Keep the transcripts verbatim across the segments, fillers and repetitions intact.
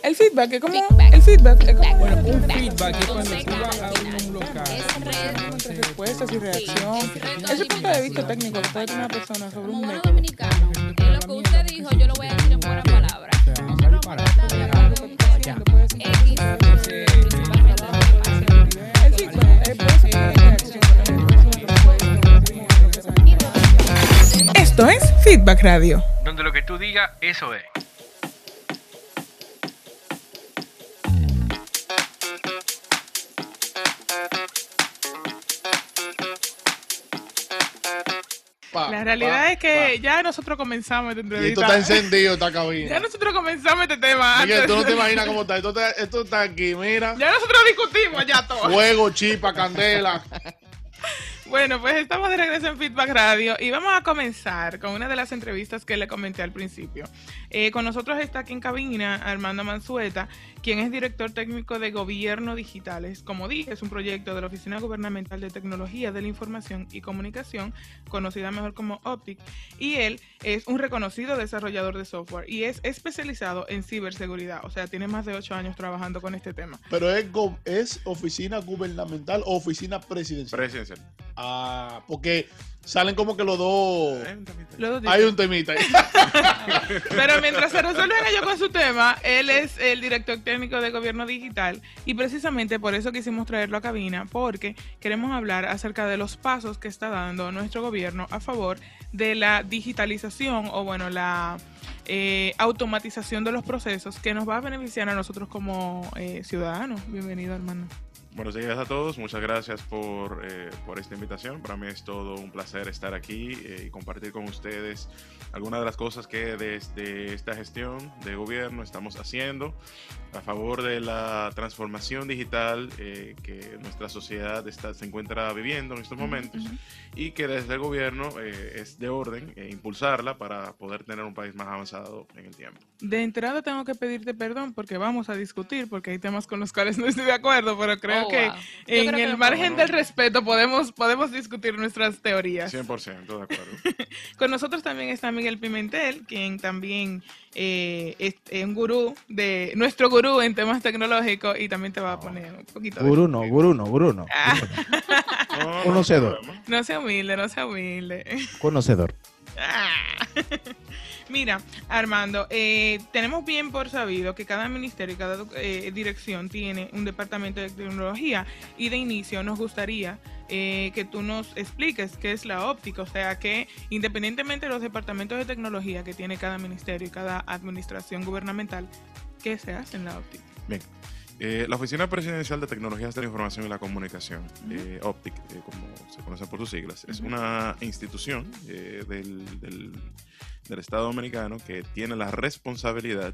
El feedback es como... Feedback. El feedback es como... Bueno, un feedback es cuando tú vas a un local. Entre respuestas y reacción. Ese punto de vista técnico que puede tener una persona sobre un Como buen método. dominicano, en lo que usted dijo, yo lo voy a decir en buenas palabras. Nosotros vamos a tratar de hablar de un tema X, El feedback es puede ser una reacción. Esto es Feedback Radio. Donde lo que tú digas, eso es. Pa, La realidad pa, es que pa. ya nosotros comenzamos esta Y esto entrevista. está encendido, esta cabina. Ya nosotros comenzamos este tema. Miguel, antes. tú no te imaginas cómo está. Esto está, esto está aquí, mira. Ya nosotros discutimos ya todo. Fuego, chispa, candela. Bueno, pues estamos de regreso en Feedback Radio y vamos a comenzar con una de las entrevistas que le comenté al principio. Eh, con nosotros está aquí en cabina Armando Manzueta, quien es director técnico de Gobierno Digitales. Como dije, es un proyecto de la Oficina Gubernamental de Tecnología de la Información y Comunicación, conocida mejor como OPTIC, y él es un reconocido desarrollador de software y es especializado en ciberseguridad, o sea, tiene más de ocho años trabajando con este tema. Pero es, go- es oficina gubernamental o oficina presidencial. Presidencial. Ah, porque salen como que los dos. Los dos Hay un temita ahí. Pero mientras se resuelven ellos con su tema, él es el director técnico de Gobierno Digital y precisamente por eso quisimos traerlo a cabina, porque queremos hablar acerca de los pasos que está dando nuestro gobierno a favor de la digitalización o bueno, la eh, automatización de los procesos que nos va a beneficiar a nosotros como eh, ciudadanos. Bienvenido, hermano. Buenos días a todos, muchas gracias por, eh, por esta invitación. Para mí es todo un placer estar aquí eh, y compartir con ustedes algunas de las cosas que desde esta gestión de gobierno estamos haciendo a favor de la transformación digital eh, que nuestra sociedad está, se encuentra viviendo en estos momentos uh-huh. y que desde el gobierno eh, es de orden eh, impulsarla para poder tener un país más avanzado en el tiempo. De entrada tengo que pedirte perdón porque vamos a discutir, porque hay temas con los cuales no estoy de acuerdo, pero creo Oh, que wow. en creo el que margen no, del no. respeto podemos, podemos discutir nuestras teorías. cien por ciento de acuerdo. Con nosotros también está Miguel Pimentel, quien también eh, es, es un gurú, de nuestro gurú en temas tecnológicos y también te va a poner un poquito de... Gurú no, gurú no, gurú no. Ah, No, Conocedor. no hay problema. no sea humilde, no sea humilde. Conocedor. Ah. Mira, Armando, eh, tenemos bien por sabido que cada ministerio y cada eh, dirección tiene un departamento de tecnología y de inicio nos gustaría eh, que tú nos expliques qué es la óptica, o sea que independientemente de los departamentos de tecnología que tiene cada ministerio y cada administración gubernamental, ¿qué se hace en la óptica? Bien. Eh, la Oficina Presidencial de Tecnologías de la Información y la Comunicación, uh-huh. eh, OPTIC, eh, como se conoce por sus siglas, uh-huh. es una institución eh, del, del, del Estado Dominicano que tiene la responsabilidad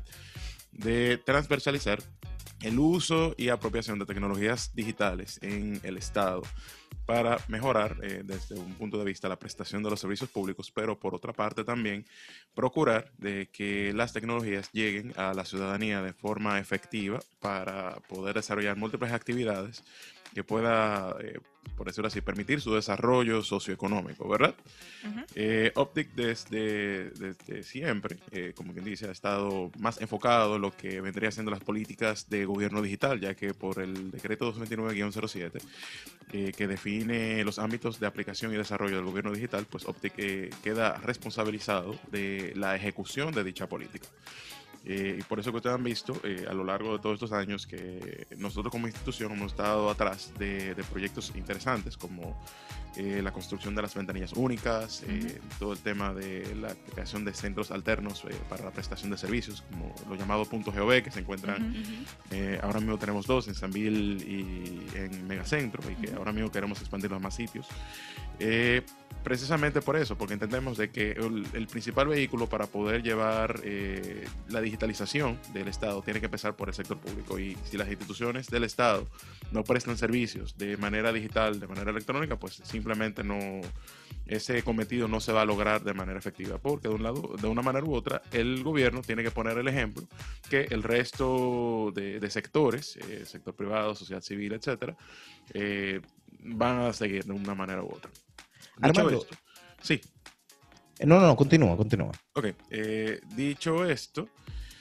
de transversalizar el uso y apropiación de tecnologías digitales en el Estado para mejorar eh, desde un punto de vista la prestación de los servicios públicos, pero por otra parte también procurar de que las tecnologías lleguen a la ciudadanía de forma efectiva para poder desarrollar múltiples actividades que pueda, eh, por decirlo así, permitir su desarrollo socioeconómico, ¿verdad? Uh-huh. Eh, OPTIC desde, desde siempre, eh, como quien dice, ha estado más enfocado en lo que vendría siendo las políticas de gobierno digital, ya que por el decreto doscientos veintinueve guión cero siete, eh, que define los ámbitos de aplicación y desarrollo del gobierno digital, pues OPTIC eh, queda responsabilizado de la ejecución de dicha política. Eh, y por eso que ustedes han visto eh, a lo largo de todos estos años que nosotros como institución hemos estado atrás de, de proyectos interesantes como eh, la construcción de las ventanillas únicas, eh, uh-huh. todo el tema de la creación de centros alternos eh, para la prestación de servicios, como los llamados puntos G O V, que se encuentran, uh-huh. eh, ahora mismo tenemos dos en Sanville y en Megacentro, y que uh-huh. ahora mismo queremos expandirlos a más sitios. Eh, precisamente por eso, porque entendemos de que el, el principal vehículo para poder llevar eh, la digitalización del Estado tiene que empezar por el sector público, y si las instituciones del Estado no prestan servicios de manera digital, de manera electrónica, pues simplemente no, ese cometido no se va a lograr de manera efectiva, porque de un lado, de una manera u otra, el gobierno tiene que poner el ejemplo que el resto de, de sectores, eh, sector privado, sociedad civil, etcétera, eh, van a seguir de una manera u otra. Armando. Esto, sí. No, no, no, continúa, continúa. Ok, eh, dicho esto,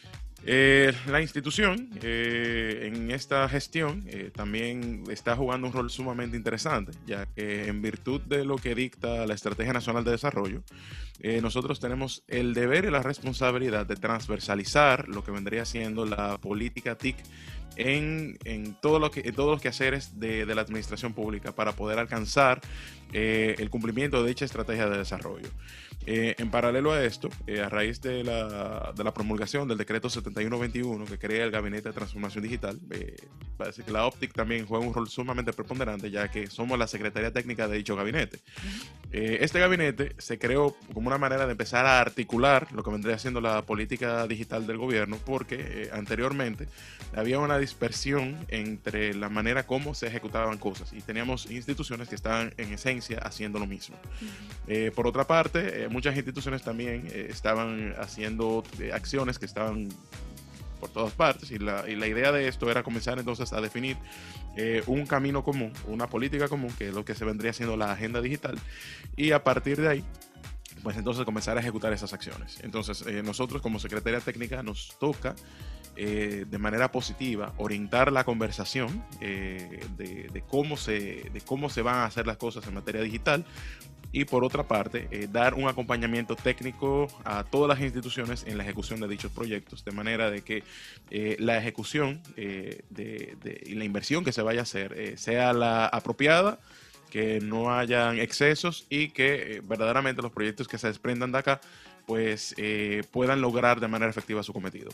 Eh, la institución eh, en esta gestión eh, también está jugando un rol sumamente interesante, ya que en virtud de lo que dicta la Estrategia Nacional de Desarrollo, eh, nosotros tenemos el deber y la responsabilidad de transversalizar lo que vendría siendo la política T I C en, en, todo lo que, en todos los quehaceres de, de la administración pública para poder alcanzar eh, el cumplimiento de dicha estrategia de desarrollo. Eh, en paralelo a esto, eh, a raíz de la, de la promulgación del decreto setenta y uno veintiuno que crea el Gabinete de Transformación Digital, eh, parece que la Optic también juega un rol sumamente preponderante, ya que somos la Secretaría Técnica de dicho gabinete. Eh, este gabinete se creó como una manera de empezar a articular lo que vendría siendo la política digital del gobierno, porque eh, anteriormente había una dispersión entre la manera como se ejecutaban cosas y teníamos instituciones que estaban en esencia haciendo lo mismo. Eh, por otra parte, eh, muchas instituciones también eh, estaban haciendo eh, acciones que estaban por todas partes y la, y la idea de esto era comenzar entonces a definir eh, un camino común, una política común, que es lo que se vendría siendo la agenda digital, y a partir de ahí pues entonces comenzar a ejecutar esas acciones. Entonces eh, nosotros como Secretaría Técnica nos toca Eh, de manera positiva orientar la conversación eh, de, de, cómo se, de cómo se van a hacer las cosas en materia digital, y por otra parte eh, dar un acompañamiento técnico a todas las instituciones en la ejecución de dichos proyectos, de manera de que eh, la ejecución eh, de, de, y la inversión que se vaya a hacer eh, sea la apropiada, que no hayan excesos y que eh, verdaderamente los proyectos que se desprendan de acá pues eh, puedan lograr de manera efectiva su cometido.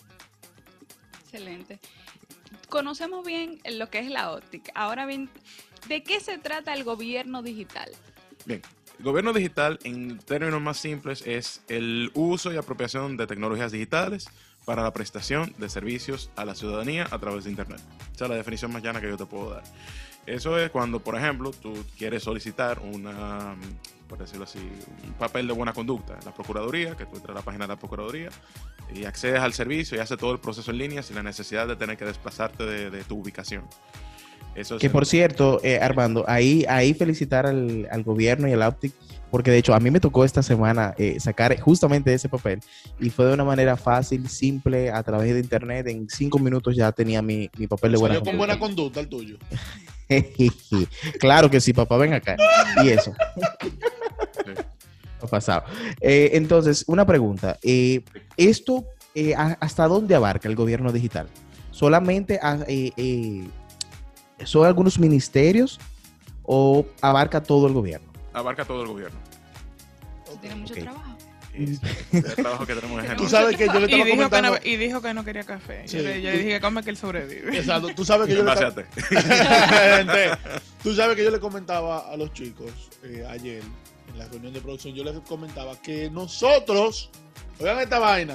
Excelente. Conocemos bien lo que es la Optic. Ahora bien, ¿de qué se trata el gobierno digital? Bien, el gobierno digital en términos más simples es el uso y apropiación de tecnologías digitales para la prestación de servicios a la ciudadanía a través de Internet. Esa es la definición más llana que yo te puedo dar. Eso es cuando, por ejemplo, tú quieres solicitar una, por decirlo así, un papel de buena conducta en la Procuraduría, que tú entras a la página de la Procuraduría y accedes al servicio y haces todo el proceso en línea sin la necesidad de tener que desplazarte de, de tu ubicación. Eso es que el... por cierto, eh, Armando, ahí, ahí felicitar al, al gobierno y al Optic, porque de hecho a mí me tocó esta semana eh, sacar justamente ese papel y fue de una manera fácil, simple, a través de internet. En cinco minutos ya tenía mi, mi papel de buena Salió con conducta. buena conducta el tuyo. Claro que sí, papá, ven acá. Y eso. Sí. Ha pasado. Eh, entonces, una pregunta. Eh, ¿Esto eh, a- hasta dónde abarca el gobierno digital? ¿Solamente a, eh, eh, son algunos ministerios o abarca todo el gobierno? Abarca todo el gobierno. Tiene mucho Ok. trabajo. Y es el trabajo que tenemos en Tú general. sabes que yo le Y estaba dijo, que comentando. no, y dijo que no quería café. Sí. Yo, le, yo le dije que come que él sobrevive. Exacto, tú sabes que yo En le base estaba- a ti. Gente, tú sabes que yo le comentaba a los chicos eh, ayer en la reunión de producción, yo les comentaba que nosotros, oigan esta vaina,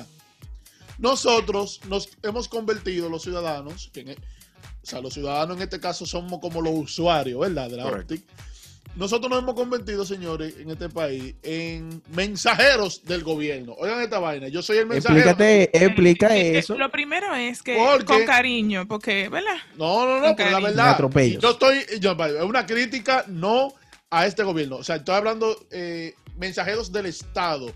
nosotros nos hemos convertido los ciudadanos, que en e- o sea, los ciudadanos en este caso somos como los usuarios, ¿verdad? De la Correcto. Optic. Nosotros nos hemos convertido, señores, en este país, en mensajeros del gobierno. Oigan esta vaina, yo soy el mensajero. Explícate, explica Es que eso. Lo primero es que ¿Por qué? con cariño, porque, ¿verdad? No, no, no, Con pero la cariño. verdad, Atropellos. yo estoy, yo, es una crítica no a este gobierno. O sea, estoy hablando eh, mensajeros del Estado.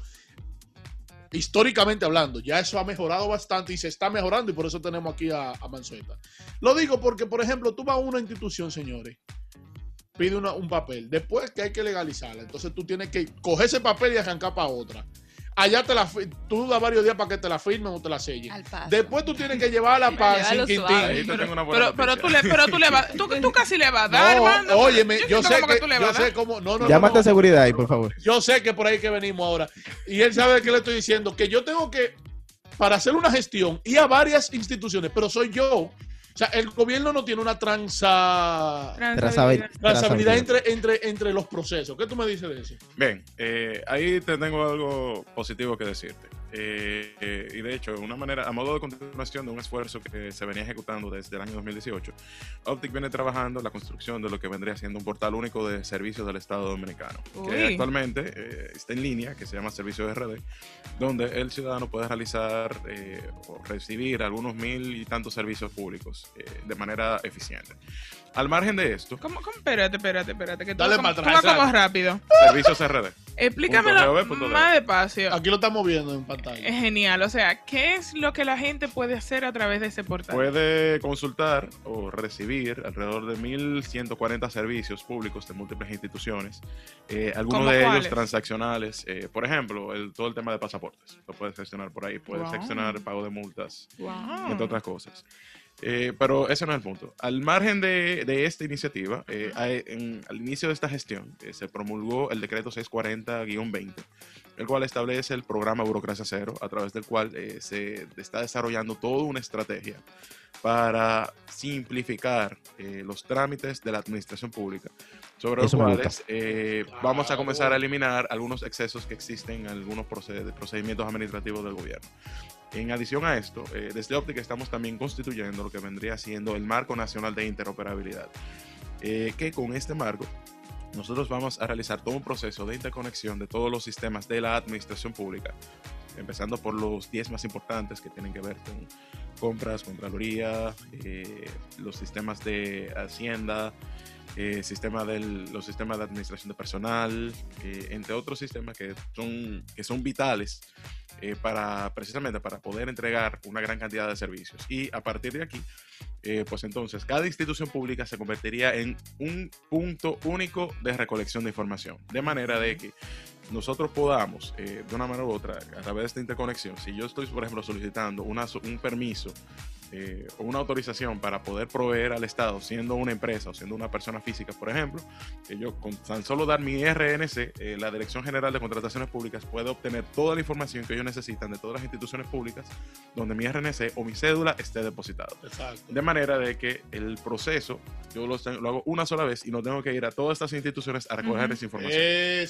Históricamente hablando, ya eso ha mejorado bastante y se está mejorando y por eso tenemos aquí a, a Manzueta. Lo digo porque, por ejemplo, tú vas a una institución, señores, pide una- un papel, después que hay que legalizarla, entonces tú tienes que coger ese papel y arrancar para otra. Allá te la, fi- tú das varios días para que te la firmen o te la sellen. Al paso. Después tú tienes que llevarla para Llévalo Sin suave. Ahí Quintín. te tengo una buena Pero, pero, noticia. tú le, pero tú le vas, tú, tú casi le vas a dar, No, Armando. óyeme, yo siento sé como que, tú le yo vas a dar. sé cómo, no, no, no, Llámate no, a seguridad ahí, por favor. yo sé que por ahí que venimos ahora. Y él sabe que le estoy diciendo, que yo tengo que, para hacer una gestión, ir a varias instituciones, pero soy yo. O sea, el gobierno no tiene una transa, Trazabilidad. trazabilidad entre, entre, entre los procesos. ¿Qué tú me dices de eso? Bien, eh, ahí te tengo algo positivo que decirte. Eh, eh, y de hecho, una manera, a modo de continuación de un esfuerzo que se venía ejecutando desde el año dos mil dieciocho, Optic viene trabajando en la construcción de lo que vendría siendo un portal único de servicios del Estado Dominicano, Uy. que actualmente eh, está en línea, que se llama Servicios R D, donde el ciudadano puede realizar eh, o recibir algunos mil y tantos servicios públicos eh, de manera eficiente. Al margen de esto, ¿Cómo, cómo? Espérate, espérate, espérate. Que tú Dale vas como- para tú atrás, vas como exacto. rápido. Servicios R D. Explícamelo .gov punto de. más despacio. Aquí lo estamos viendo en pantalla. Es genial. O sea, ¿qué es lo que la gente puede hacer a través de ese portal? Puede consultar o recibir alrededor de mil ciento cuarenta servicios públicos de múltiples instituciones, eh, algunos ¿Cómo de cuáles? ellos transaccionales. Eh, por ejemplo, el, todo el tema de pasaportes. Lo puedes gestionar por ahí. Puedes Wow. gestionar el pago de multas, Wow. entre otras cosas. Eh, pero ese no es el punto. Al margen de, de esta iniciativa, eh, hay- en- al inicio de esta gestión, eh, se promulgó el decreto seiscientos cuarenta guión veinte, el cual establece el programa Burocracia Cero, a través del cual eh, se está desarrollando toda una estrategia para simplificar eh, los trámites de la administración pública, sobre los Eso me gusta. cuales eh, vamos a comenzar a eliminar algunos excesos que existen en algunos proced- procedimientos administrativos del gobierno. En adición a esto, eh, desde Óptica estamos también constituyendo lo que vendría siendo el Marco Nacional de Interoperabilidad, eh, que con este marco nosotros vamos a realizar todo un proceso de interconexión de todos los sistemas de la administración pública, empezando por los diez más importantes que tienen que ver con compras, Contraloría, eh, los sistemas de Hacienda, eh, sistema del, los sistemas de administración de personal, eh, entre otros sistemas que son, que son vitales eh, para precisamente para poder entregar una gran cantidad de servicios. Y a partir de aquí, eh, pues entonces cada institución pública se convertiría en un punto único de recolección de información, de manera de que nosotros podamos, eh, de una manera u otra, a través de esta interconexión, si yo estoy, por ejemplo, solicitando una, un permiso eh, o una autorización para poder proveer al Estado, siendo una empresa o siendo una persona física, por ejemplo, que yo con tan solo dar mi R N C, eh, la Dirección General de Contrataciones Públicas puede obtener toda la información que ellos necesitan de todas las instituciones públicas donde mi R N C o mi cédula esté depositado. Exacto. De manera de que el proceso yo lo, lo hago una sola vez y no tengo que ir a todas estas instituciones a recoger Ujú. esa información.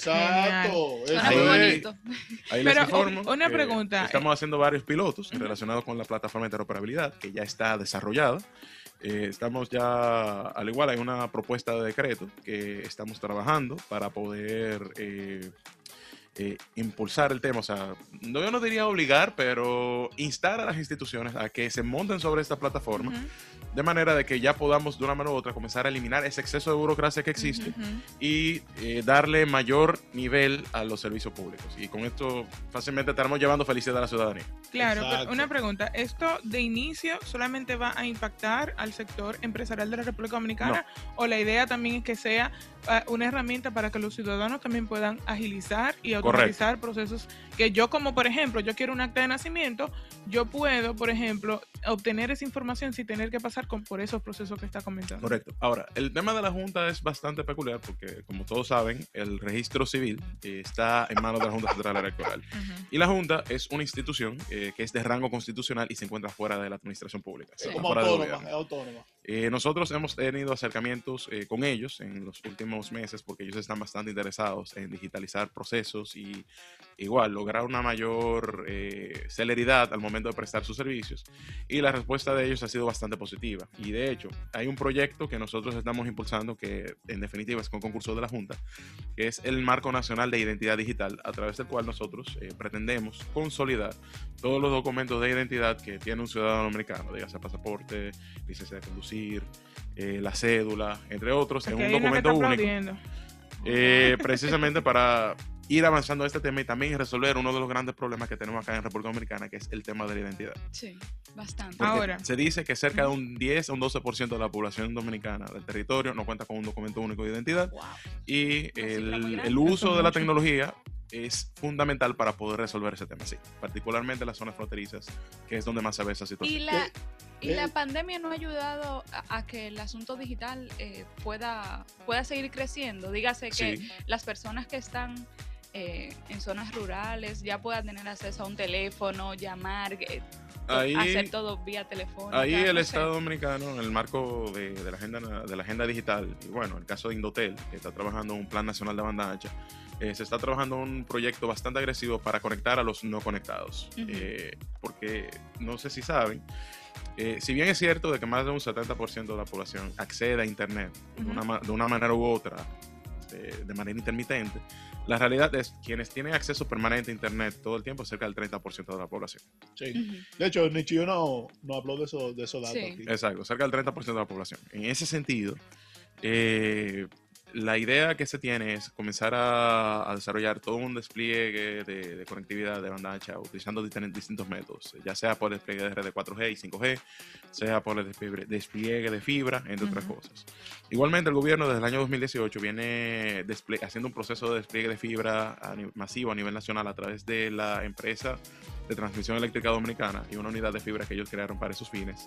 Exacto. Suena Ahí- muy Eso es. bonito. Ahí les Pero, informo una que pregunta. Estamos haciendo varios pilotos Ujú. relacionados con la plataforma de interoperabilidad que ya está desarrollada. Eh, estamos ya, al igual, hay una propuesta de decreto que estamos trabajando para poder eh, eh, impulsar el tema. O sea, no, yo no diría obligar, pero instar a las instituciones a que se monten sobre esta plataforma. Ujú, De manera de que ya podamos de una manera u otra comenzar a eliminar ese exceso de burocracia que existe ujú. y eh, darle mayor nivel a los servicios públicos. Y con esto fácilmente estaremos llevando felicidad a la ciudadanía. Claro, pero Exacto. una pregunta. ¿Esto de inicio solamente va a impactar al sector empresarial de la República Dominicana? ¿O la idea también es que sea ah, una herramienta para que los ciudadanos también puedan agilizar y automatizar procesos que yo, como por ejemplo, yo quiero un acta de nacimiento, yo puedo, por ejemplo, obtener esa información sin tener que pasar con, por esos procesos que está comentando? Correcto. Ahora, el tema de la Junta es bastante peculiar porque, como todos saben, el registro civil eh, está en manos de la Junta Central Electoral. Ujú. Y la Junta es una institución eh, que es de rango constitucional y se encuentra fuera de la administración pública. Es está como fuera del autónoma, gobierno. es autónoma. Eh, nosotros hemos tenido acercamientos eh, con ellos en los últimos meses porque ellos están bastante interesados en digitalizar procesos y igual lograr una mayor eh, celeridad al momento de prestar sus servicios, y la respuesta de ellos ha sido bastante positiva. Y de hecho hay un proyecto que nosotros estamos impulsando que en definitiva es con concurso de la Junta, que es el Marco Nacional de Identidad Digital, a través del cual nosotros eh, pretendemos consolidar todos los documentos de identidad que tiene un ciudadano americano, dígase pasaporte, licencia de conducir, eh, la cédula, entre otros, Aquí en hay un una que documento está único, aplaudiendo. eh, precisamente para ir avanzando este tema y también resolver uno de los grandes problemas que tenemos acá en República Dominicana, que es el tema de la identidad. Sí, bastante. Porque Ahora. se dice que cerca de un diez a un doce por ciento de la población dominicana del territorio no cuenta con un documento único de identidad, Wow. y cifra muy el, grande. el uso Eso de la mucho. tecnología es fundamental para poder resolver ese tema, sí, particularmente en las zonas fronterizas, que es donde más se ve esa Y situación. la, y Eh, la pandemia no ha ayudado a, a que el asunto digital eh, pueda, pueda seguir creciendo. Dígase que Sí. las personas que están eh, en zonas rurales ya puedan tener acceso a un teléfono, llamar, eh, to- Ahí- hacer todo vía telefónica. Ahí el no sé. Estado Dominicano, en el marco de, de la agenda de la agenda digital, y bueno, el caso de Indotel, que está trabajando en un plan nacional de banda ancha, eh, se está trabajando un proyecto bastante agresivo para conectar a los no conectados. Ujú. Eh, porque no sé si saben, eh, si bien es cierto de que más de un setenta por ciento de la población accede a Internet de, Ujú. una, ma- de una manera u otra, de, de manera intermitente, la realidad es quienes tienen acceso permanente a Internet todo el tiempo es cerca del treinta por ciento de la población. Sí. Ujú. De hecho, Nichio no, no habló de, eso, de esos datos Sí. aquí. Exacto, cerca del treinta por ciento de la población. En ese sentido, eh, la idea que se tiene es comenzar a, a desarrollar todo un despliegue de, de conectividad de banda ancha utilizando disten- distintos métodos, ya sea por el despliegue de red cuatro G y cinco G, sea por el despliegue, despliegue de fibra, entre otras Ujú. cosas. Igualmente, el gobierno desde el año dos mil dieciocho viene desple- haciendo un proceso de despliegue de fibra a ni- masivo a nivel nacional a través de la empresa de transmisión eléctrica dominicana y una unidad de fibra que ellos crearon para esos fines.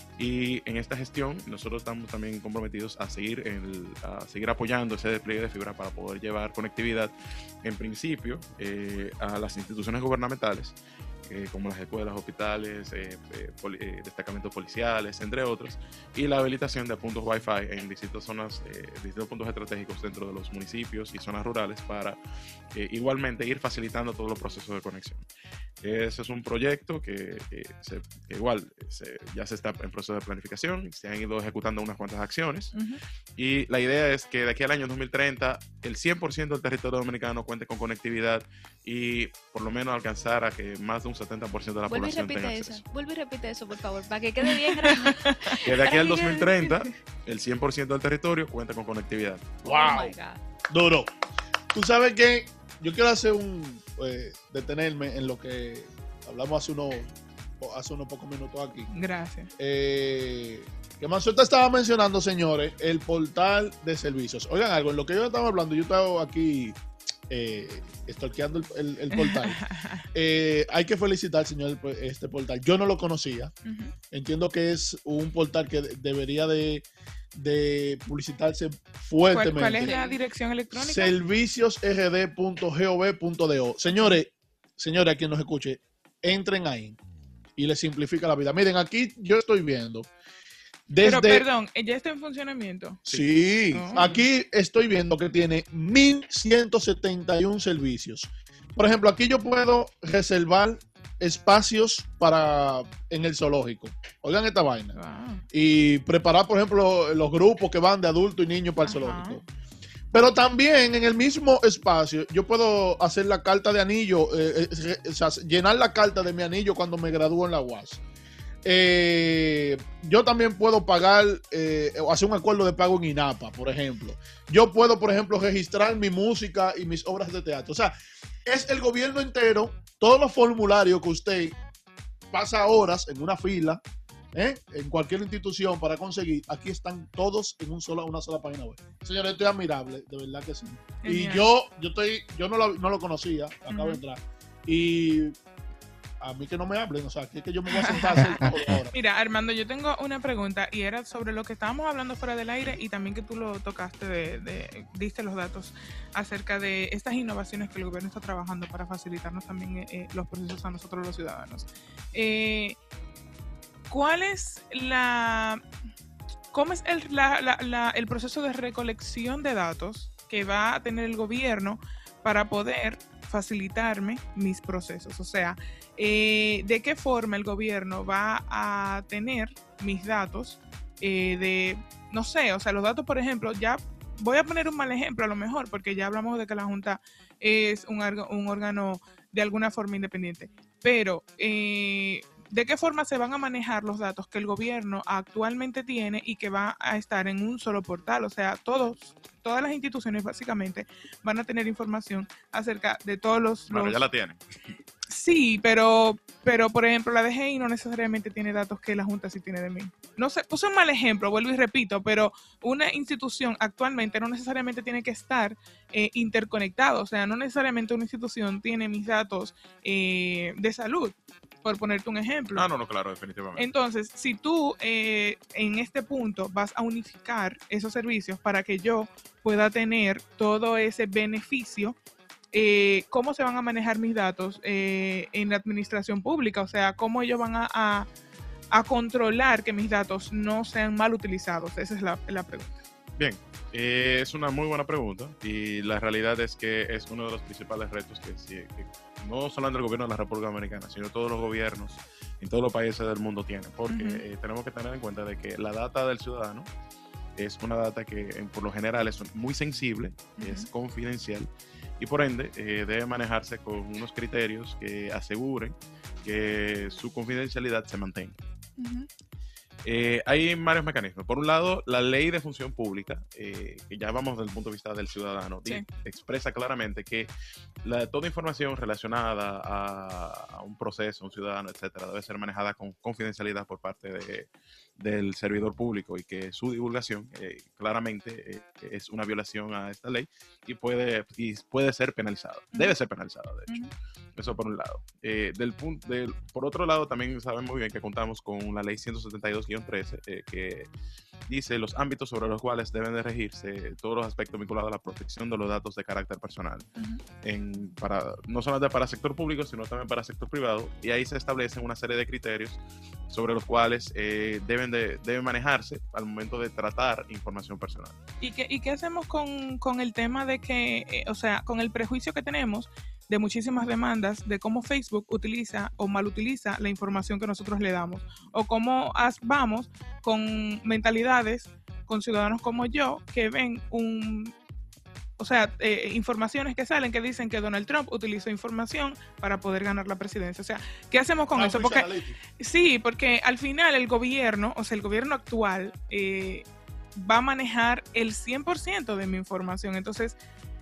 Y en esta gestión nosotros estamos también comprometidos a seguir, el, a seguir apoyando ese despliegue de fibra para poder llevar conectividad, en principio, eh, a las instituciones gubernamentales, eh, como las escuelas, hospitales, eh, eh, poli- eh, destacamentos policiales, entre otros, y la habilitación de puntos Wi-Fi en distintas zonas, eh, distintos puntos estratégicos dentro de los municipios y zonas rurales para eh, igualmente ir facilitando todos los procesos de conexión. Ese es un proyecto que, que se- que igual eh, se- ya se está en proceso de planificación, se han ido ejecutando unas cuantas acciones Ujú. y la idea es que de aquí al año dos mil treinta el cien por ciento del territorio dominicano cuente con conectividad y por lo menos alcanzar a que más de un setenta por ciento de la Vuelve y población tenga repite eso. acceso. Vuelve y repite eso, por favor, para que quede bien grabado. Que de aquí al Para que dos mil quede- treinta el cien por ciento del territorio cuenta con conectividad. Oh Wow. my God. Duro. Tú sabes que yo quiero hacer un eh, detenerme en lo que hablamos hace unos hace unos pocos minutos aquí. Gracias. Eh, que Mansueta estaba mencionando, señores, el portal de servicios. Oigan algo, en lo que yo estaba hablando, yo estaba aquí eh, stalkeando el, el- el portal. Eh, hay que felicitar, señor, este portal. Yo no lo conocía. Ujú. Entiendo que es un portal que de- debería de, de publicitarse ¿Cuál, fuertemente. cuál es la dirección electrónica? servicios r d punto gov punto do. Señores, señores, a quien nos escuche, entren ahí y les simplifica la vida. Miren, aquí yo estoy viendo desde... Pero perdón, ¿ya está en funcionamiento? Sí, Oh. aquí estoy viendo que tiene mil ciento setenta y uno servicios. Por ejemplo, aquí yo puedo reservar espacios para en el zoológico. Oigan esta vaina. Wow. Y preparar, por ejemplo, los grupos que van de adultos y niños para el Ajá. zoológico. Pero también en el mismo espacio yo puedo hacer la carta de anillo, eh, eh, o sea, llenar la carta de mi anillo cuando me gradúo en la U A S. Eh, yo también puedo pagar, eh, o hacer un acuerdo de pago en INAPA, por ejemplo. Yo puedo, por ejemplo, registrar mi música y mis obras de teatro. O sea, es el gobierno entero, todos los formularios que usted pasa horas en una fila, ¿eh? En cualquier institución para conseguir, aquí están todos en un sola, una sola página web. Señores, esto es admirable, de verdad que sí. Genial. Y yo, yo estoy, yo no lo, no lo conocía, acabo Ujú. de entrar. Y a mí que no me hablen, o sea, aquí es que yo me voy a sentar a hacer todo ahora. Mira, Armando, yo tengo una pregunta y era sobre lo que estábamos hablando fuera del aire y también que tú lo tocaste, de, de- diste los datos acerca de estas innovaciones que el gobierno está trabajando para facilitarnos también eh, eh, los procesos a nosotros los ciudadanos. Eh, ¿Cuál es la... ¿Cómo es el, la- la- la- el proceso de recolección de datos que va a tener el gobierno para poder facilitarme mis procesos? O sea, eh, ¿de qué forma el gobierno va a tener mis datos eh, de, no sé, o sea, los datos, por ejemplo, ya voy a poner un mal ejemplo a lo mejor, porque ya hablamos de que la Junta es un, argo- un órgano de alguna forma independiente, pero eh, ¿de qué forma se van a manejar los datos que el gobierno actualmente tiene y que va a estar en un solo portal? O sea, todos, todas las instituciones básicamente van a tener información acerca de todos los... Bueno, los- ya la tienen. Sí, pero, pero por ejemplo, la D G I no necesariamente tiene datos que la Junta sí tiene de mí. No sé, puse un mal ejemplo, vuelvo y repito, pero una institución actualmente no necesariamente tiene que estar eh, interconectada. O sea, no necesariamente una institución tiene mis datos eh, de salud, por ponerte un ejemplo. Ah, no, no, claro, definitivamente. Entonces, si tú eh, en este punto vas a unificar esos servicios para que yo pueda tener todo ese beneficio, eh, ¿cómo se van a manejar mis datos eh, en la administración pública? O sea, ¿cómo ellos van a, a, a controlar que mis datos no sean mal utilizados? Esa es la, la pregunta. Bien, eh, es una muy buena pregunta y la realidad es que es uno de los principales retos que, sí, que no solamente el gobierno de la República Dominicana, sino todos los gobiernos en todos los países del mundo tienen, porque Ujú. eh, tenemos que tener en cuenta de que la data del ciudadano es una data que eh, por lo general es muy sensible, es Ujú. confidencial y por ende eh, debe manejarse con unos criterios que aseguren que su confidencialidad se mantenga. Ujú. Eh, hay varios mecanismos. Por un lado, la ley de función pública, eh, que ya vamos desde el punto de vista del ciudadano, Sí. di- expresa claramente que la, toda información relacionada a, a un proceso, un ciudadano, etcétera, debe ser manejada con confidencialidad por parte de, del servidor público y que su divulgación eh, claramente eh, es una violación a esta ley y puede, y puede ser penalizada. Debe ser penalizada, de hecho. Ujú. Eso por un lado. Eh, del punto, del, por otro lado, también saben muy bien que contamos con la ley ciento setenta y dos guión trece, eh, que dice los ámbitos sobre los cuales deben de regirse todos los aspectos vinculados a la protección de los datos de carácter personal. Ujú. En, para, no solamente para el sector público, sino también para el sector privado. Y ahí se establecen una serie de criterios sobre los cuales eh, deben, de, deben manejarse al momento de tratar información personal. ¿Y qué, y qué hacemos con, con el tema de que, eh, o sea, con el prejuicio que tenemos de muchísimas demandas de cómo Facebook utiliza o mal utiliza la información que nosotros le damos? O cómo as- vamos con mentalidades, con ciudadanos como yo, que ven un... O sea, eh, informaciones que salen que dicen que Donald Trump utilizó información para poder ganar la presidencia. O sea, ¿qué hacemos con eso? Porque sí, porque al final el gobierno, o sea, el gobierno actual eh, va a manejar el cien por ciento de mi información. Entonces,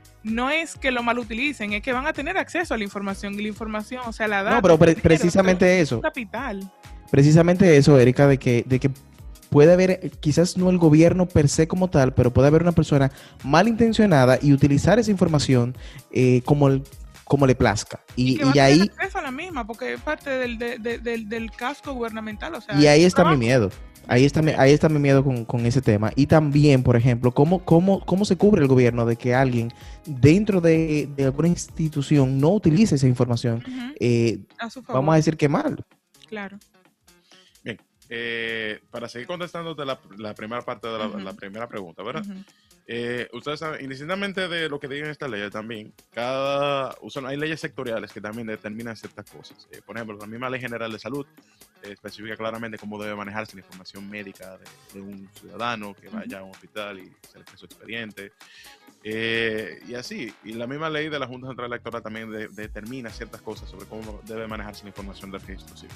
no es que lo mal utilicen, es que van a tener acceso a la información y la información, o sea, la data. No, pero pre- el dinero, precisamente todo es eso. capital. Precisamente eso, Erika, de que, de que puede haber, eh, quizás no el gobierno per se como tal, pero puede haber una persona malintencionada y utilizar esa información eh, como, el- como le plazca. Y, Y, que va y a tener ahí, acceso a la misma, porque es parte del, de- de- del, del casco gubernamental, o sea, y ahí es está mi trabajo. miedo. Ahí está, mi- ahí está mi miedo con, con ese tema. Y también, por ejemplo, ¿cómo, cómo, cómo se cubre el gobierno de que alguien dentro de, de alguna institución no utilice esa información? Ujú, Eh, a su favor, vamos a decir que mal. claro. Bien, eh, para seguir contestándote la, la primera parte de la, Ujú. la primera pregunta, ¿verdad? Ujú. Eh, ustedes saben, independientemente de lo que digan estas leyes también, cada, usan, hay leyes sectoriales que también determinan ciertas cosas. Eh, por ejemplo, la misma Ley General de Salud eh, especifica claramente cómo debe manejarse la información médica de, de un ciudadano que vaya a un hospital y se le cree su expediente. Eh, y así, y la misma ley de la Junta Central Electoral también de- determina ciertas cosas sobre cómo debe manejarse la información del registro civil.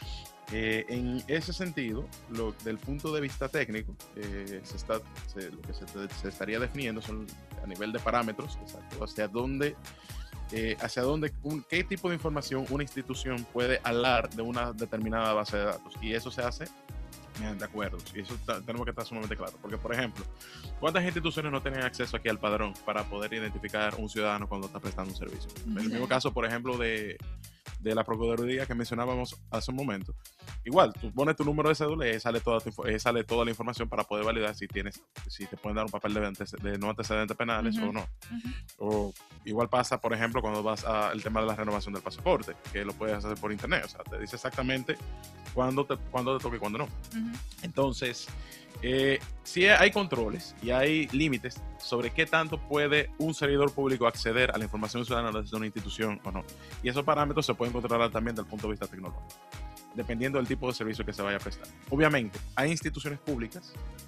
Eh, en ese sentido, lo, del punto de vista técnico, eh, se está, se- lo que se, se estaría definiendo son a nivel de parámetros, exacto, hacia dónde, eh, hacia dónde, un, qué tipo de información una institución puede hablar de una determinada base de datos. Y eso se hace mediante acuerdos. Y eso ta- tenemos que estar sumamente claro. Porque, por ejemplo, ¿cuántas instituciones no tienen acceso aquí al padrón para poder identificar un ciudadano cuando está prestando un servicio? En el mismo caso, por ejemplo, de de la Procuraduría que mencionábamos hace un momento. Igual, tú pones tu número de cédula y ahí sale toda, tu, info- ahí sale toda la información para poder validar si tienes, si te pueden dar un papel de, antece- de no antecedentes penales Ujú. o no. Ujú. O igual pasa, por ejemplo, cuando vas al tema de la renovación del pasaporte, que lo puedes hacer por internet. O sea, te dice exactamente cuándo te, cuándo te toca y cuándo no. Ujú. Entonces, eh, sí hay controles y hay límites sobre qué tanto puede un servidor público acceder a la información ciudadana desde una institución o no. Y esos parámetros se pueden controlar también desde el punto de vista tecnológico, dependiendo del tipo de servicio que se vaya a prestar. Obviamente, hay instituciones públicas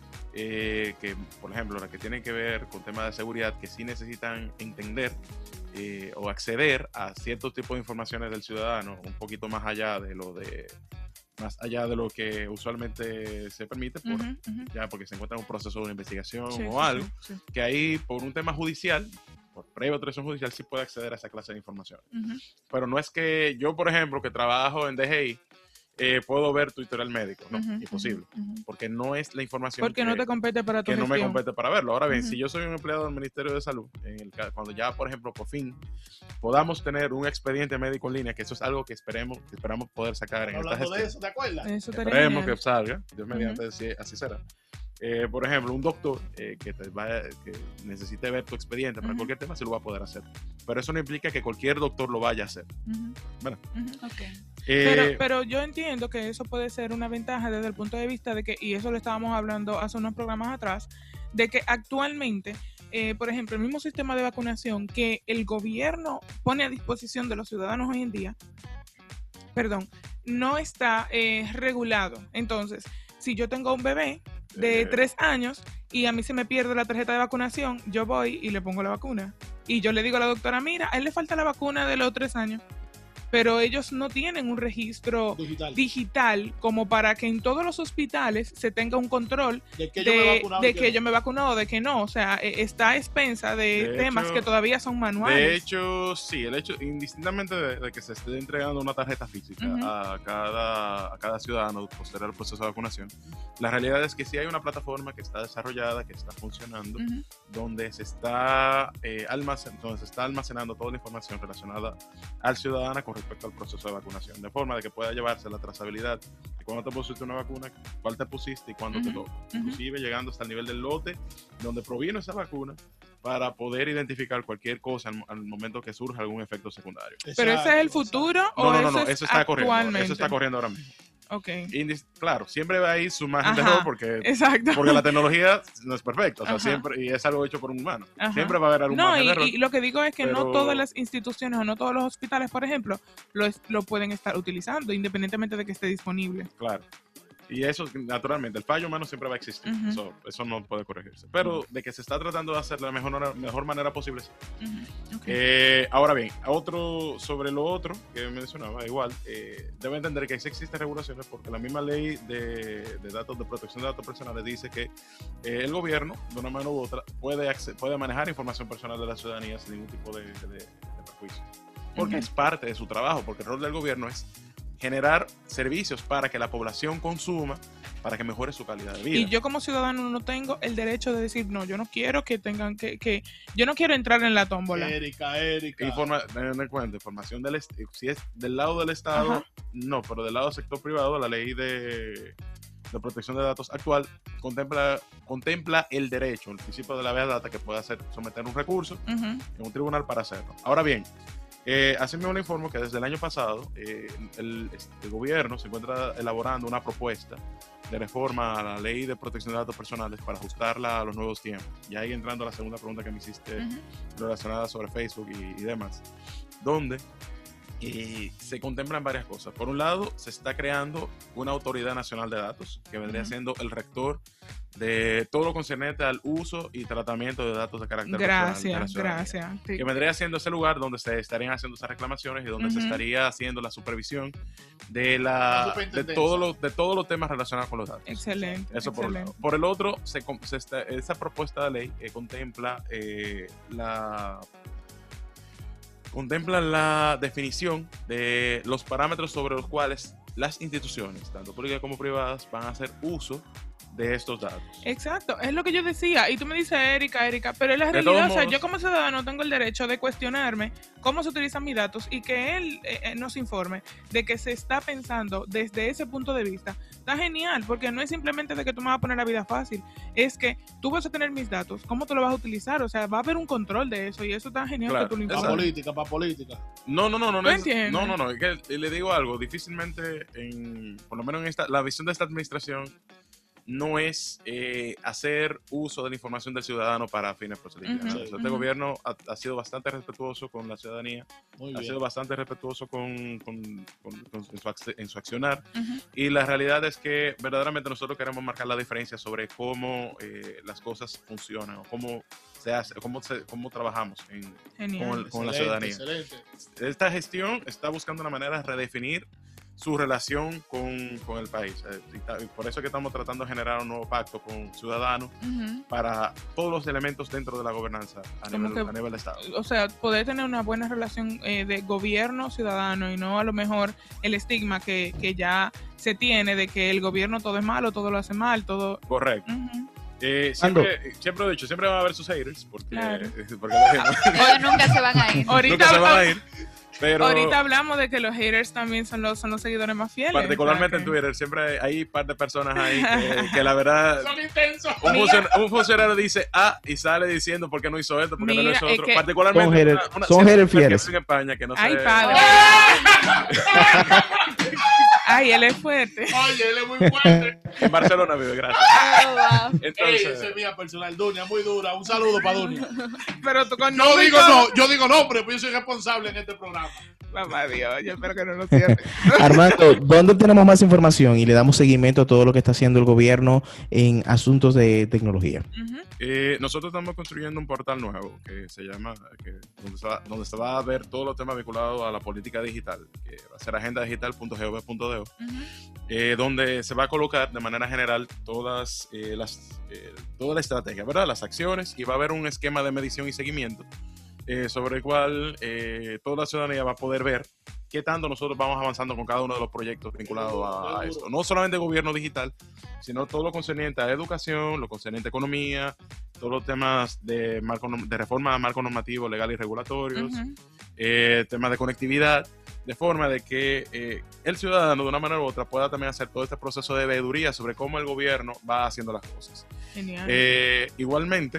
eh, que, por ejemplo, las que tienen que ver con temas de seguridad, que sí necesitan entender eh, o acceder a ciertos tipos de informaciones del ciudadano un poquito más allá de lo de más allá de lo que usualmente se permite, por, Ujú, ujú. ya porque se encuentra en un proceso de una investigación Sí, o sí, algo, sí, sí. que ahí por un tema judicial, por previa autorización judicial, sí puede acceder a esa clase de información. Ujú. Pero no es que yo, por ejemplo, que trabajo en D G I, eh, puedo ver tu historial médico, no, Ujú, imposible, ujú, ujú. porque no es la información Porque no que- te compete para tu que no me gestión. compete para verlo. Ahora bien, Ujú. si yo soy un empleado del Ministerio de Salud, en el, ca- cuando ya, por ejemplo, por fin podamos tener un expediente médico en línea, que eso es algo que esperemos, que esperamos poder sacar en esta Hablando de gestión. eso, ¿te acuerdas? Eso estaría Esperemos genial. que salga, Dios mediante, si así será. Eh, por ejemplo, un doctor eh, que, te vaya, que necesite ver tu expediente para Ujú. cualquier tema, se lo va a poder hacer. Pero eso no implica que cualquier doctor lo vaya a hacer. Ujú. Bueno. Ujú. Ok. Eh, Pero, pero yo entiendo que eso puede ser una ventaja desde el punto de vista de que, y eso lo estábamos hablando hace unos programas atrás, de que actualmente, eh, por ejemplo, el mismo sistema de vacunación que el gobierno pone a disposición de los ciudadanos hoy en día, perdón, no está eh, regulado. Entonces, si yo tengo un bebé de Eh. tres años y a mí se me pierde la tarjeta de vacunación, yo voy y le pongo la vacuna. Y yo le digo a la doctora, mira, a él le falta la vacuna de los tres años. pero ellos no tienen un registro Digital. digital como para que en todos los hospitales se tenga un control De que yo me he de, vacunado de y que que no. yo me he vacunado o de que no. O sea, eh, está a expensa de, De temas hecho- que todavía son manuales. De hecho, sí, el hecho, indistintamente de, de que se esté entregando una tarjeta física Ujú. a, cada, a cada ciudadano posterior al proceso de vacunación, la realidad es que sí hay una plataforma que está desarrollada, que está funcionando, Ujú. donde se está, eh, almacen- donde se está almacenando toda la información relacionada al ciudadano con respecto al proceso de vacunación, de forma de que pueda llevarse la trazabilidad de cuándo te pusiste una vacuna, cuál te pusiste y cuándo te Ujú, toca, ujú. inclusive llegando hasta el nivel del lote donde provino esa vacuna, para poder identificar cualquier cosa al, al momento que surja algún efecto secundario. Pero ese es el futuro o No, no, no, eso no, es eso está corriendo, actualmente. eso está corriendo ahora mismo. Ok, Indis- claro, siempre va ahí su margen de Ajá. error porque, exacto. porque la tecnología no es perfecta, o sea, Ajá. siempre, y es algo hecho por un humano. Ajá. Siempre va a haber algún No, margen y, de error. y lo que digo es que no pero- todas las instituciones o no todos los hospitales, por ejemplo, lo, es- lo pueden estar utilizando, independientemente de que esté disponible. Claro. Y eso, naturalmente, el fallo humano siempre va a existir. Ujú. eso, eso no puede corregirse. Pero de que se está tratando de hacer de la mejor, mejor manera posible. Sí. Ujú, ok. Eh, ahora bien, otro sobre lo otro que mencionaba, igual, eh, debe entender que sí existen regulaciones porque la misma ley de, de datos de protección de datos personales dice que eh, el gobierno, de una manera u otra, puede, acce- puede manejar información personal de la ciudadanía sin ningún tipo de, de- de perjuicio. Porque Ujú. es parte de su trabajo, porque el rol del gobierno es generar servicios para que la población consuma, para que mejore su calidad de vida. Y yo como ciudadano no tengo el derecho de decir, no, yo no quiero que tengan que, que yo no quiero entrar en la tómbola. Erika, Erika. Informa, teniendo en cuenta información del est- si es del lado del Estado, Ajá. no, pero del lado del sector privado, la ley de, de protección de datos actual contempla, contempla el derecho, el principio de la vea data, que puede hacer someter un recurso Ujú, en un tribunal para hacerlo. Ahora bien, eh, así mismo le informo que desde el año pasado eh, el, el gobierno se encuentra elaborando una propuesta de reforma a la ley de protección de datos personales para ajustarla a los nuevos tiempos. Y ahí entrando a la segunda pregunta que me hiciste ujú. relacionada sobre Facebook y, y demás, donde eh, se contemplan varias cosas. Por un lado, se está creando una autoridad nacional de datos que vendría Ujú. siendo el rector de todo lo concerniente al uso y tratamiento de datos de carácter personal de la Gracias, ciudadanía. gracias. Sí. Que vendría siendo ese lugar donde se estarían haciendo esas reclamaciones y donde se Ujú. estaría haciendo la supervisión de La la de superintendencia. todos los de todos los temas relacionados con los datos. Excelente. Eso por un excelente. lado. Por el otro, se, com- se está- esa propuesta de ley eh, contempla eh, la contempla la definición de los parámetros sobre los cuales las instituciones, tanto públicas como privadas, van a hacer uso de estos datos. Exacto, es lo que yo decía. Y tú me dices, Erika, Erika, pero en la De realidad, todos o sea, modos- yo como ciudadano tengo el derecho de cuestionarme cómo se utilizan mis datos y que él eh, eh, nos informe de que se está pensando desde ese punto de vista. Está genial, porque no es simplemente de que tú me vas a poner la vida fácil, es que tú vas a tener mis datos, ¿cómo tú lo vas a utilizar? O sea, va a haber un control de eso y eso está genial Claro, que tú lo Para exacto. informes. política, para política. No, no, no, no, ¿Tú no, es, entiendes? no, no, no, es que le digo algo, difícilmente, en, por lo menos en esta, la visión de esta administración no es eh, hacer uso de la información del ciudadano para fines proselitistas. Ujú, Este ujú. gobierno ha, ha sido bastante respetuoso con la ciudadanía, Muy ha bien. sido bastante respetuoso con, con- con- con- en, su, acce- en su accionar, Ujú. y la realidad es que verdaderamente nosotros queremos marcar la diferencia sobre cómo eh, las cosas funcionan o cómo se hace, cómo, se- cómo trabajamos en, Genial. con, con la Excelente, ciudadanía. Excelente. Esta gestión está buscando una manera de redefinir su relación con, con el país. Eh, y ta- y por eso es que estamos tratando de generar un nuevo pacto con ciudadanos Ujú. para todos los elementos dentro de la gobernanza a, Como nivel, que- a nivel de Estado. O sea, poder tener una buena relación eh, de gobierno-ciudadano y no a lo mejor el estigma que, que ya se tiene de que el gobierno todo es malo, todo lo hace mal, todo... Correcto. Ujú. Eh, Ando. siempre, siempre lo he dicho, siempre van a haber sus haters, porque, Claro. porque la gente Ellos nunca se van a ir. Ahorita, nunca se van a ir. Pero ahorita hablamos de que los haters también son los, son los seguidores más fieles. particularmente o sea en que- Twitter, siempre hay, hay un par de personas ahí que, que la verdad... Son intensos. Un funcionario, un funcionario dice A y sale diciendo por qué no hizo esto, por qué no lo Mira, hizo es otro. que- Particularmente Son haters- una- una- son cierta haters mujer que fieles. vive en España que no Ay, se- padre. Ay, él es fuerte. Oye, él es muy fuerte. En Barcelona vive, gracias. Oh, wow. Ey, Entonces, esa es mía personal. Dunia, muy dura. Un saludo para Dunia. Pero tú con Yo nombre y digo todo. no, yo digo nombre, pues yo soy responsable en este programa. Mamá Dios, yo espero que no lo cierre. Armando, ¿dónde tenemos más información y le damos seguimiento a todo lo que está haciendo el gobierno en asuntos de tecnología? Ujú. Eh, nosotros estamos construyendo un portal nuevo que se llama, que, donde, se va, donde se va a ver todos los temas vinculados a la política digital, que va a ser agenda digital punto gov punto do, uh-huh. eh, donde se va a colocar de manera general todas eh, las, eh, toda la estrategia, ¿verdad? Las acciones, y va a haber un esquema de medición y seguimiento eh, sobre el cual eh, toda la ciudadanía va a poder ver qué tanto nosotros vamos avanzando con cada uno de los proyectos vinculados a, a esto. No solamente gobierno digital, sino todo lo concerniente a educación, lo concerniente a economía, todos los temas de, marco, de reforma de marco normativo, legal y regulatorios, uh-huh. eh, temas de conectividad, de forma de que eh, el ciudadano de una manera u otra pueda también hacer todo este proceso de veeduría sobre cómo el gobierno va haciendo las cosas. Genial. Eh, igualmente,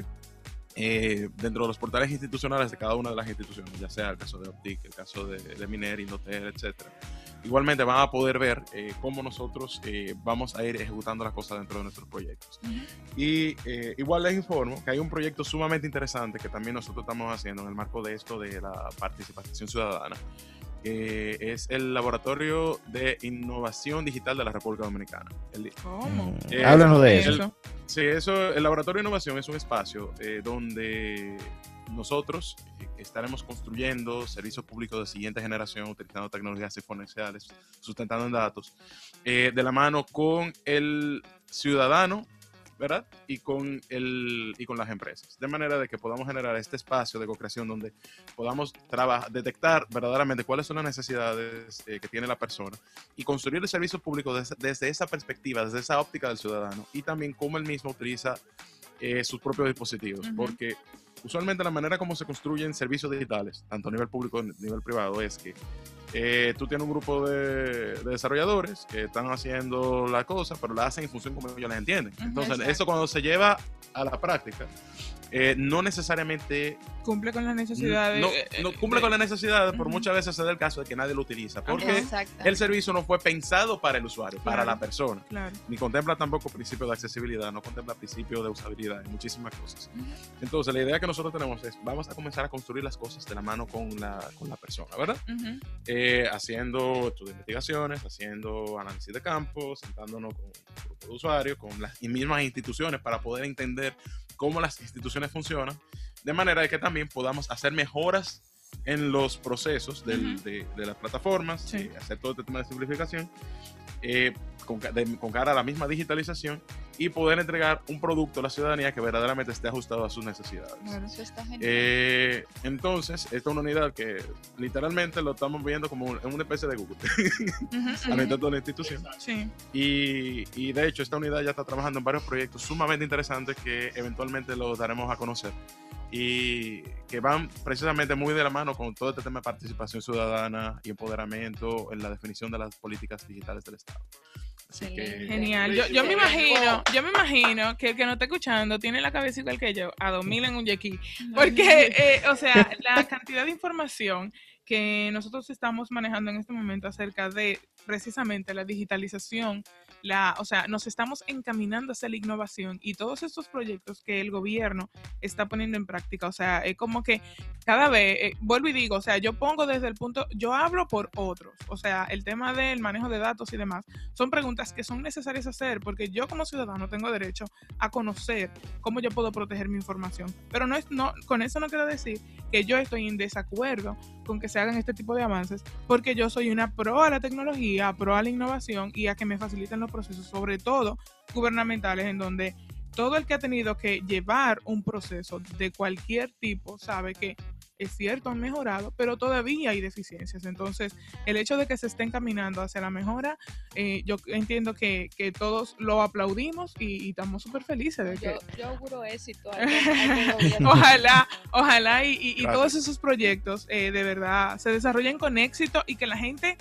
Eh, dentro de los portales institucionales de cada una de las instituciones, ya sea el caso de Optic, el caso de, de Miner, Indotel, etcétera, igualmente van a poder ver eh, cómo nosotros eh, vamos a ir ejecutando las cosas dentro de nuestros proyectos. Uh-huh. Y eh, igual les informo que hay un proyecto sumamente interesante que también nosotros estamos haciendo en el marco de esto de la participación ciudadana, que es el Laboratorio de Innovación Digital de la República Dominicana. El, ¿Cómo? Eh, Háblanos de eso. El, sí, eso, el Laboratorio de Innovación es un espacio eh, donde nosotros eh, estaremos construyendo servicios públicos de siguiente generación, utilizando tecnologías exponenciales, sustentando en datos, eh, de la mano con el ciudadano, ¿verdad? Y con, el, y con las empresas. De manera de que podamos generar este espacio de co-creación donde podamos trabajar, detectar verdaderamente cuáles son las necesidades eh, que tiene la persona y construir el servicio público desde, desde esa perspectiva, desde esa óptica del ciudadano, y también cómo él mismo utiliza eh, sus propios dispositivos. Uh-huh. Porque usualmente la manera como se construyen servicios digitales, tanto a nivel público como a nivel privado, es que Eh, tú tienes un grupo de, de desarrolladores que están haciendo la cosa, pero la hacen en función como ellos las entienden. Entonces, exacto. Eso cuando se lleva a la práctica, eh, no necesariamente cumple con las necesidades. No, no cumple de, con las necesidades, uh-huh. Pero muchas veces se da el caso de que nadie lo utiliza, porque el servicio no fue pensado para el usuario, claro. Para la persona. Claro. Ni contempla tampoco principios de accesibilidad, no contempla principios de usabilidad y muchísimas cosas. Uh-huh. Entonces, la idea que nosotros tenemos es, vamos a comenzar a construir las cosas de la mano con la, con la persona, ¿verdad? Uh-huh. Eh, haciendo estudios de investigaciones, haciendo análisis de campo, sentándonos con un grupo de usuarios, con las mismas instituciones para poder entender cómo las instituciones funcionan, de manera de que también podamos hacer mejoras en los procesos del, uh-huh. de, de las plataformas, sí. eh, hacer todo este tema de simplificación, eh, con, de, con cara a la misma digitalización, y poder entregar un producto a la ciudadanía que verdaderamente esté ajustado a sus necesidades. Bueno, eso está genial. Eh, entonces, esta es una unidad que literalmente lo estamos viendo como un, una especie de Google, uh-huh, a mitad de toda la institución. Sí. Y, y de hecho, esta unidad ya está trabajando en varios proyectos sumamente interesantes que eventualmente los daremos a conocer, y que van precisamente muy de la mano con todo este tema de participación ciudadana y empoderamiento en la definición de las políticas digitales del Estado. Así que, genial. Yo, yo me imagino, yo me imagino que el que nos está escuchando tiene la cabeza igual que yo, a dos mil en un yequi, porque, eh, o sea, la cantidad de información que nosotros estamos manejando en este momento acerca de precisamente la digitalización, la, o sea, nos estamos encaminando hacia la innovación y todos estos proyectos que el gobierno está poniendo en práctica, o sea, es como que cada vez, eh, vuelvo y digo, o sea, yo pongo desde el punto, yo hablo por otros, o sea, el tema del manejo de datos y demás, son preguntas que son necesarias hacer, porque yo como ciudadano tengo derecho a conocer cómo yo puedo proteger mi información, pero no es, no, con eso no quiero decir que yo estoy en desacuerdo con que se hagan este tipo de avances, porque yo soy una pro a la tecnología, pro a la innovación y a que me faciliten los procesos, sobre todo gubernamentales, en donde todo el que ha tenido que llevar un proceso de cualquier tipo sabe que es cierto, han mejorado, pero todavía hay deficiencias. Entonces, el hecho de que se estén caminando hacia la mejora, eh, yo entiendo que, que todos lo aplaudimos y, y estamos súper felices de que... Yo, yo auguro éxito. Al, al ojalá, ojalá y, y, y todos esos proyectos eh, de verdad se desarrollen con éxito y que la gente...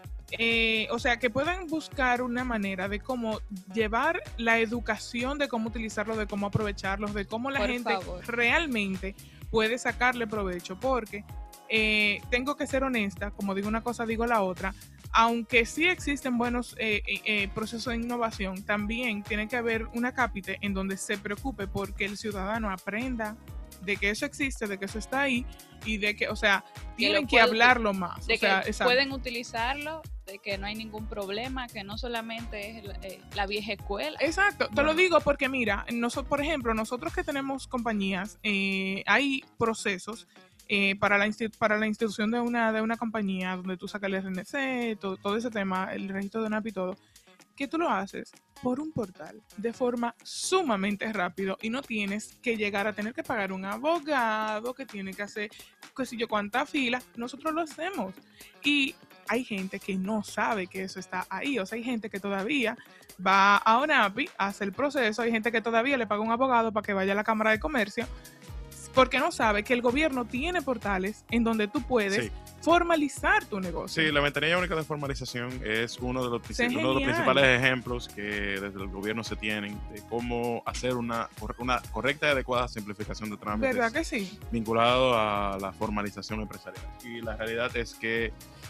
Eh, o sea, que puedan buscar una manera de cómo llevar la educación, de cómo utilizarlo, de cómo aprovecharlos, de cómo la Por gente favor. realmente puede sacarle provecho, porque eh, tengo que ser honesta, como digo una cosa, digo la otra, aunque sí existen buenos eh, eh, procesos de innovación, también tiene que haber una cápite en donde se preocupe porque el ciudadano aprenda de que eso existe, de que eso está ahí y de que, o sea, tienen que, que hablarlo más. De o sea, que exacto. pueden utilizarlo de que no hay ningún problema, que no solamente es la, eh, la vieja escuela. Exacto, te lo digo porque mira, nosotros, por ejemplo, nosotros que tenemos compañías, eh, hay procesos eh, para, la para la institución de una, de una compañía donde tú sacas el R N C, todo, todo ese tema, el registro de N A P y todo, que tú lo haces por un portal de forma sumamente rápido y no tienes que llegar a tener que pagar un abogado que tiene que hacer qué sé yo cuánta fila. Nosotros lo hacemos y hay gente que no sabe que eso está ahí. O sea, hay gente que todavía va a ONAPI, hace el proceso, hay gente que todavía le paga un abogado para que vaya a la Cámara de Comercio porque no sabe que el gobierno tiene portales en donde tú puedes Sí. formalizar tu negocio. Sí, la ventanilla única de formalización es uno de los, Es princip- uno de los genial. principales ejemplos que desde el gobierno se tienen de cómo hacer una, cor- una correcta y adecuada simplificación de trámites ¿Verdad que sí? vinculado a la formalización empresarial. Y la realidad es que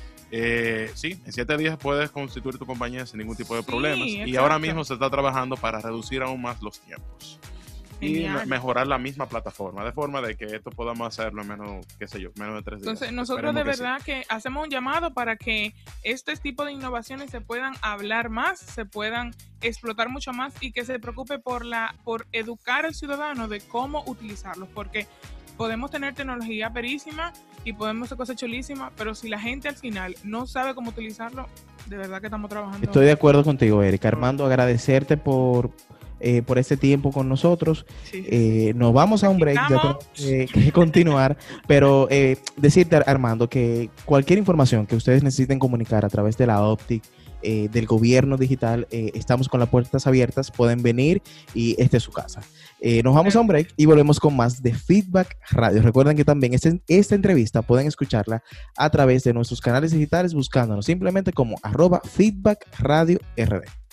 eh, sí, en siete días puedes constituir tu compañía sin ningún tipo de Sí, problemas. Y exacto. ahora mismo se está trabajando para reducir aún más los tiempos. Y Genial. me- mejorar la misma plataforma, de forma de que esto podamos hacerlo en menos, qué sé yo, menos de tres días. Entonces, nosotros de Esperemos que sí. verdad que hacemos un llamado para que este tipo de innovaciones se puedan hablar más, se puedan explotar mucho más y que se preocupe por la por educar al ciudadano de cómo utilizarlos, porque podemos tener tecnología perísima y podemos hacer cosas chulísimas, pero si la gente al final no sabe cómo utilizarlo, de verdad que estamos trabajando. Estoy de acuerdo contigo, Erika. Armando, agradecerte por, eh, por este tiempo con nosotros. Sí. Eh, nos vamos a un break, ya Estamos. tenemos que, que continuar, pero eh, decirte, Armando, que cualquier información que ustedes necesiten comunicar a través de la Optic, eh, del gobierno digital, eh, estamos con las puertas abiertas, pueden venir y esta es su casa. Eh, nos vamos a un break y volvemos con más de Feedback Radio. Recuerden que también este, esta entrevista pueden escucharla a través de nuestros canales digitales buscándonos simplemente como arroba Feedback Radio R D.